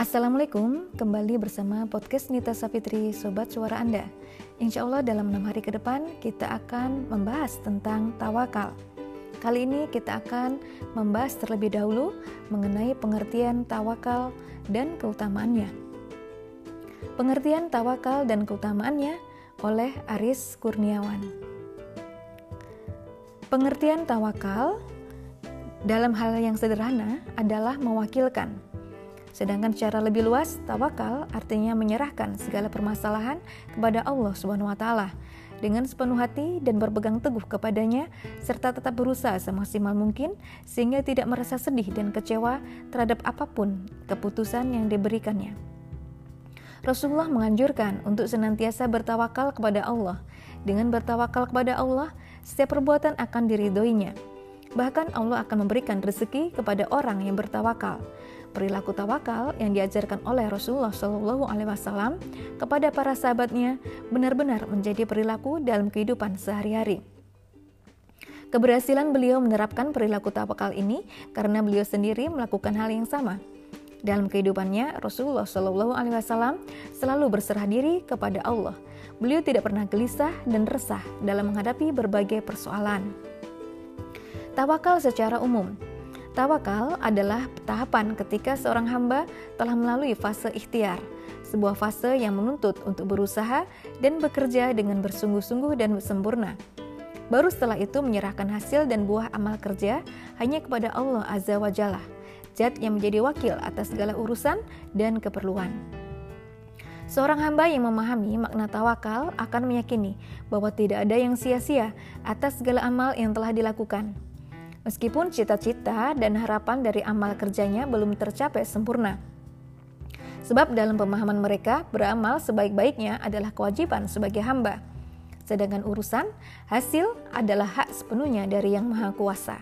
Assalamualaikum, kembali bersama podcast Nita Safitri, Sobat Suara Anda. Insya Allah dalam 6 hari ke depan kita akan membahas tentang tawakal. Kali ini kita akan membahas terlebih dahulu mengenai pengertian tawakal dan keutamaannya. Pengertian tawakal dan keutamaannya oleh Aris Kurniawan. Pengertian tawakal dalam hal yang sederhana adalah mewakilkan. Sedangkan secara lebih luas, tawakal artinya menyerahkan segala permasalahan kepada Allah SWT dengan sepenuh hati dan berpegang teguh kepadanya serta tetap berusaha semaksimal mungkin sehingga tidak merasa sedih dan kecewa terhadap apapun keputusan yang diberikannya. Rasulullah menganjurkan untuk senantiasa bertawakal kepada Allah. Dengan bertawakal kepada Allah, setiap perbuatan akan diridhoinya. Bahkan Allah akan memberikan rezeki kepada orang yang bertawakal. Perilaku tawakal yang diajarkan oleh Rasulullah SAW kepada para sahabatnya benar-benar menjadi perilaku dalam kehidupan sehari-hari. Keberhasilan beliau menerapkan perilaku tawakal ini karena beliau sendiri melakukan hal yang sama. Dalam kehidupannya, Rasulullah SAW selalu berserah diri kepada Allah. Beliau tidak pernah gelisah dan resah dalam menghadapi berbagai persoalan. Tawakal secara umum. Tawakal adalah tahapan ketika seorang hamba telah melalui fase ikhtiar, sebuah fase yang menuntut untuk berusaha dan bekerja dengan bersungguh-sungguh dan sempurna. Baru setelah itu menyerahkan hasil dan buah amal kerja hanya kepada Allah Azza wa Jalla, Zat yang menjadi wakil atas segala urusan dan keperluan. Seorang hamba yang memahami makna tawakal akan meyakini bahwa tidak ada yang sia-sia atas segala amal yang telah dilakukan. Meskipun cita-cita dan harapan dari amal kerjanya belum tercapai sempurna. Sebab dalam pemahaman mereka, beramal sebaik-baiknya adalah kewajiban sebagai hamba. Sedangkan urusan, hasil adalah hak sepenuhnya dari Yang Maha Kuasa.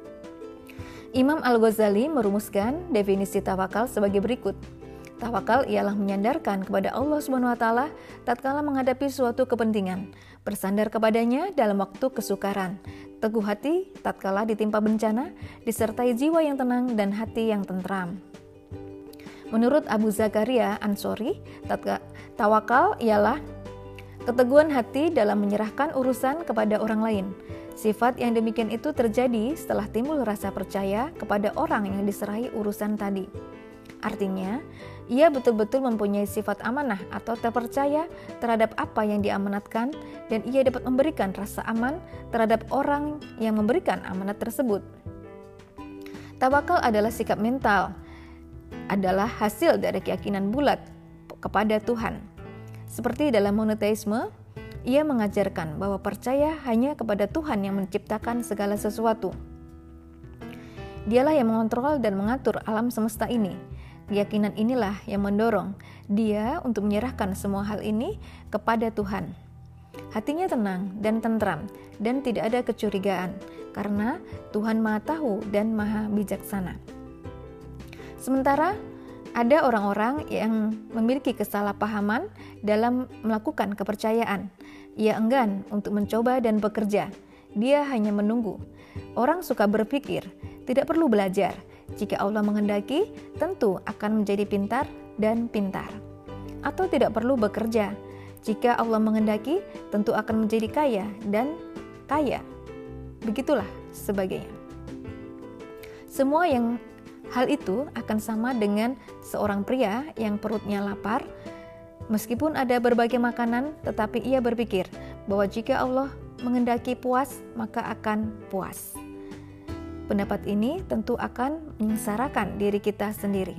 Imam Al-Ghazali merumuskan definisi tawakal sebagai berikut. Tawakal ialah menyandarkan kepada Allah SWT tatkala menghadapi suatu kepentingan, bersandar kepadanya dalam waktu kesukaran, teguh hati tatkala ditimpa bencana, disertai jiwa yang tenang dan hati yang tentram. Menurut Abu Zakaria Ansori, tawakal ialah keteguhan hati dalam menyerahkan urusan kepada orang lain. Sifat yang demikian itu terjadi setelah timbul rasa percaya kepada orang yang diserahi urusan tadi. Artinya, ia betul-betul mempunyai sifat amanah atau terpercaya terhadap apa yang diamanatkan dan ia dapat memberikan rasa aman terhadap orang yang memberikan amanat tersebut. Tawakal adalah sikap mental, adalah hasil dari keyakinan bulat kepada Tuhan. Seperti dalam monoteisme, ia mengajarkan bahwa percaya hanya kepada Tuhan yang menciptakan segala sesuatu. Dialah yang mengontrol dan mengatur alam semesta ini. Keyakinan inilah yang mendorong dia untuk menyerahkan semua hal ini kepada Tuhan. Hatinya tenang dan tentram dan tidak ada kecurigaan karena Tuhan Maha Tahu dan Maha Bijaksana. Sementara ada orang-orang yang memiliki kesalahpahaman dalam melakukan kepercayaan. Ia enggan untuk mencoba dan bekerja. Dia hanya menunggu. Orang suka berpikir, tidak perlu belajar. Jika Allah menghendaki, tentu akan menjadi pintar dan pintar. Atau tidak perlu bekerja. Jika Allah menghendaki, tentu akan menjadi kaya dan kaya. Begitulah sebagainya. Semua yang hal itu akan sama dengan seorang pria yang perutnya lapar. Meskipun ada berbagai makanan, tetapi ia berpikir bahwa jika Allah menghendaki puas, maka akan puas. Pendapat ini tentu akan menyengsarakan diri kita sendiri.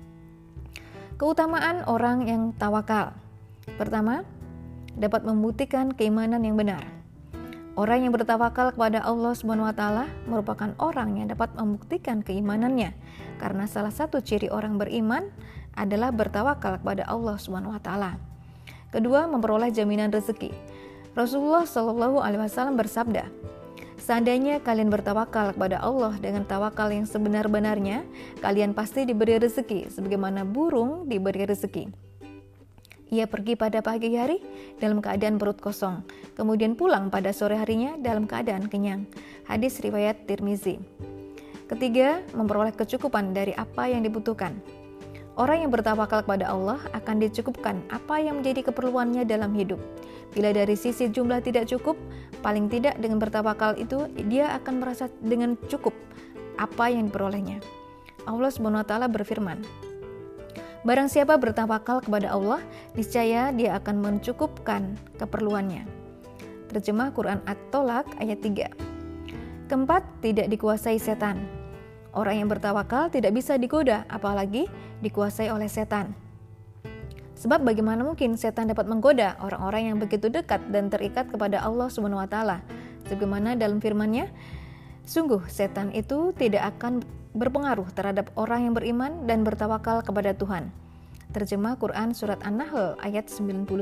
Keutamaan orang yang tawakal. Pertama, dapat membuktikan keimanan yang benar. Orang yang bertawakal kepada Allah SWT merupakan orang yang dapat membuktikan keimanannya, karena salah satu ciri orang beriman adalah bertawakal kepada Allah SWT. Kedua, memperoleh jaminan rezeki. Rasulullah SAW bersabda, seandainya kalian bertawakal kepada Allah dengan tawakal yang sebenar-benarnya, kalian pasti diberi rezeki sebagaimana burung diberi rezeki. Ia pergi pada pagi hari dalam keadaan perut kosong, kemudian pulang pada sore harinya dalam keadaan kenyang. Hadis riwayat Tirmizi. Ketiga, memperoleh kecukupan dari apa yang dibutuhkan. Orang yang bertawakal kepada Allah akan dicukupkan apa yang menjadi keperluannya dalam hidup. Bila dari sisi jumlah tidak cukup, paling tidak dengan bertawakal itu dia akan merasa dengan cukup apa yang diperolehnya. Allah SWT berfirman, barang siapa bertawakal kepada Allah, niscaya dia akan mencukupkan keperluannya. Terjemah Quran At-Tolak ayat 3. Keempat, tidak dikuasai setan. Orang yang bertawakal tidak bisa digoda, apalagi dikuasai oleh setan. Sebab bagaimana mungkin setan dapat menggoda orang-orang yang begitu dekat dan terikat kepada Allah SWT? Sebagaimana dalam firman-Nya, sungguh setan itu tidak akan berpengaruh terhadap orang yang beriman dan bertawakal kepada Tuhan. Terjemah Quran Surat An-Nahl ayat 99.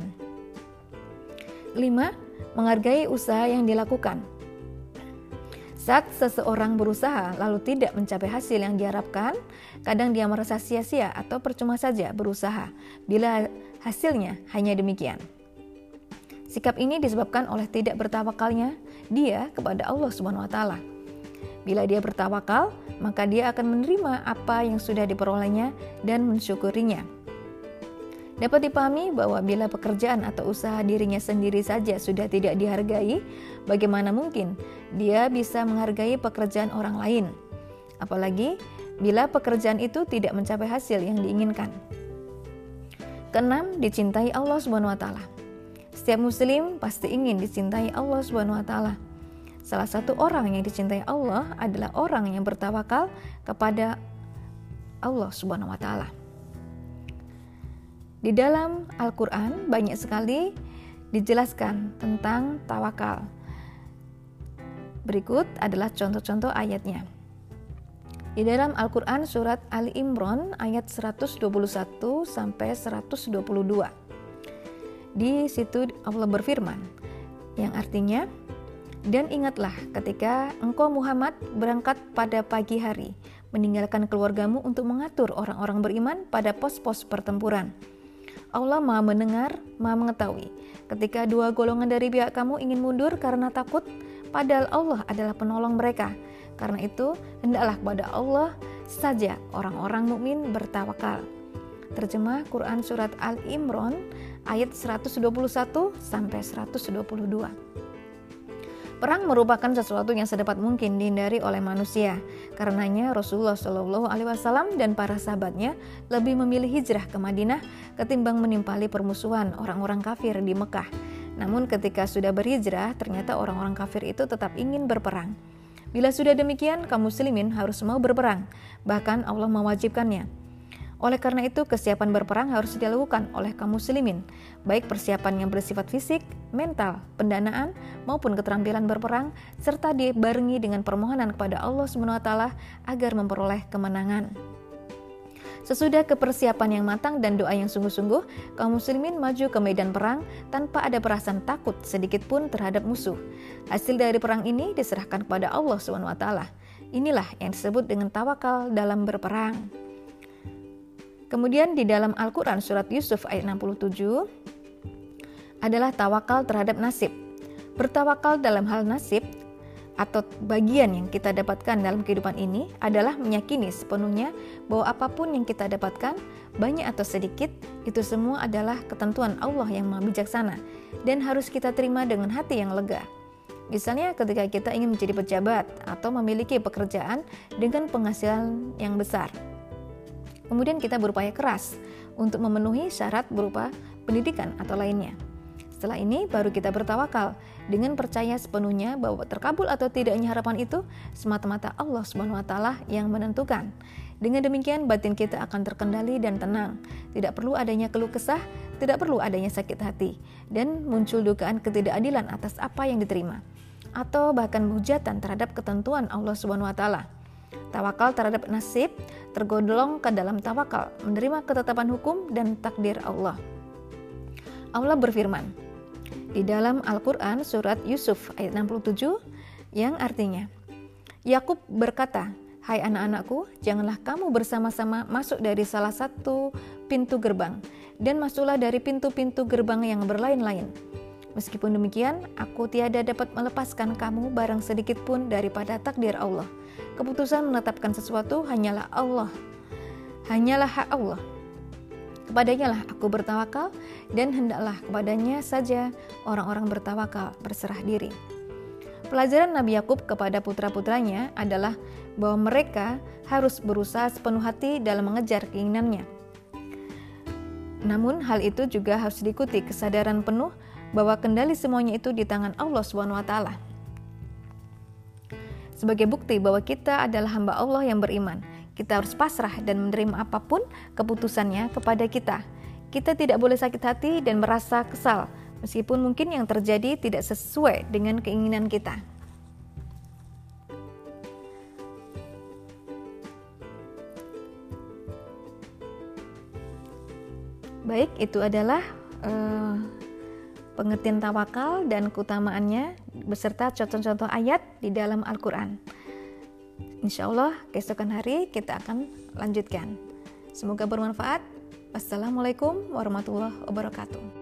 5. Menghargai usaha yang dilakukan. Saat seseorang berusaha lalu tidak mencapai hasil yang diharapkan, kadang dia merasa sia-sia atau percuma saja berusaha bila hasilnya hanya demikian. Sikap ini disebabkan oleh tidak bertawakalnya dia kepada Allah SWT. Bila dia bertawakal, maka dia akan menerima apa yang sudah diperolehnya dan mensyukurinya. Dapat dipahami bahwa bila pekerjaan atau usaha dirinya sendiri saja sudah tidak dihargai, bagaimana mungkin dia bisa menghargai pekerjaan orang lain? Apalagi bila pekerjaan itu tidak mencapai hasil yang diinginkan. Keenam, dicintai Allah SWT. Setiap muslim pasti ingin dicintai Allah SWT. Salah satu orang yang dicintai Allah adalah orang yang bertawakal kepada Allah SWT. Di dalam Al-Quran banyak sekali dijelaskan tentang tawakal. Berikut adalah contoh-contoh ayatnya. Di dalam Al-Quran surat Ali Imran ayat 121 sampai 122. Di situ Allah berfirman, yang artinya, dan ingatlah ketika engkau Muhammad berangkat pada pagi hari, meninggalkan keluargamu untuk mengatur orang-orang beriman pada pos-pos pertempuran. Allah Maha mendengar, Maha mengetahui. Ketika dua golongan dari pihak kamu ingin mundur karena takut, padahal Allah adalah penolong mereka. Karena itu, hendaklah kepada Allah saja orang-orang mukmin bertawakal. Terjemah Quran Surat Al-Imran ayat 121 sampai 122. Perang merupakan sesuatu yang sedapat mungkin dihindari oleh manusia. Karenanya Rasulullah SAW dan para sahabatnya lebih memilih hijrah ke Madinah ketimbang menimpali permusuhan orang-orang kafir di Mekah. Namun ketika sudah berhijrah, ternyata orang-orang kafir itu tetap ingin berperang. Bila sudah demikian, kaum muslimin harus mau berperang. Bahkan Allah mewajibkannya. Oleh karena itu, kesiapan berperang harus dilakukan oleh kaum muslimin, baik persiapan yang bersifat fisik, mental, pendanaan, maupun keterampilan berperang, serta dibarengi dengan permohonan kepada Allah SWT agar memperoleh kemenangan. Sesudah kepersiapan yang matang dan doa yang sungguh-sungguh, kaum muslimin maju ke medan perang tanpa ada perasaan takut sedikit pun terhadap musuh. Hasil dari perang ini diserahkan kepada Allah SWT. Inilah yang disebut dengan tawakal dalam berperang. Kemudian di dalam Al-Quran surat Yusuf ayat 67 adalah tawakal terhadap nasib. Bertawakal dalam hal nasib atau bagian yang kita dapatkan dalam kehidupan ini adalah meyakini sepenuhnya bahwa apapun yang kita dapatkan, banyak atau sedikit, itu semua adalah ketentuan Allah yang Maha Bijaksana dan harus kita terima dengan hati yang lega. Misalnya ketika kita ingin menjadi pejabat atau memiliki pekerjaan dengan penghasilan yang besar. Kemudian kita berupaya keras untuk memenuhi syarat berupa pendidikan atau lainnya. Setelah ini baru kita bertawakal dengan percaya sepenuhnya bahwa terkabul atau tidaknya harapan itu semata-mata Allah SWT yang menentukan. Dengan demikian batin kita akan terkendali dan tenang. Tidak perlu adanya keluh kesah, tidak perlu adanya sakit hati, dan muncul dugaan ketidakadilan atas apa yang diterima, atau bahkan hujatan terhadap ketentuan Allah SWT. Tawakal terhadap nasib tergolong ke dalam tawakal, menerima ketetapan hukum dan takdir Allah. Allah berfirman di dalam Al-Quran surat Yusuf ayat 67 yang artinya, Yakub berkata, hai anak-anakku, janganlah kamu bersama-sama masuk dari salah satu pintu gerbang, dan masuklah dari pintu-pintu gerbang yang berlain-lain. Meskipun demikian, aku tiada dapat melepaskan kamu barang sedikit pun daripada takdir Allah. Keputusan menetapkan sesuatu hanyalah Allah. hanyalah hak Allah. Kepadanya lah aku bertawakal, dan hendaklah kepadanya saja orang-orang bertawakal, berserah diri. Pelajaran Nabi Yakub kepada putra-putranya adalah bahwa mereka harus berusaha sepenuh hati dalam mengejar keinginannya. Namun hal itu juga harus diikuti kesadaran penuh bahwa kendali semuanya itu di tangan Allah SWT. Sebagai bukti bahwa kita adalah hamba Allah yang beriman, kita harus pasrah dan menerima apapun keputusannya kepada kita. Kita tidak boleh sakit hati dan merasa kesal, meskipun mungkin yang terjadi tidak sesuai dengan keinginan kita. Baik, itu adalah pengertian tawakal dan keutamaannya beserta contoh-contoh ayat di dalam Al-Quran. Insya Allah keesokan hari kita akan lanjutkan. Semoga bermanfaat. Wassalamualaikum warahmatullahi wabarakatuh.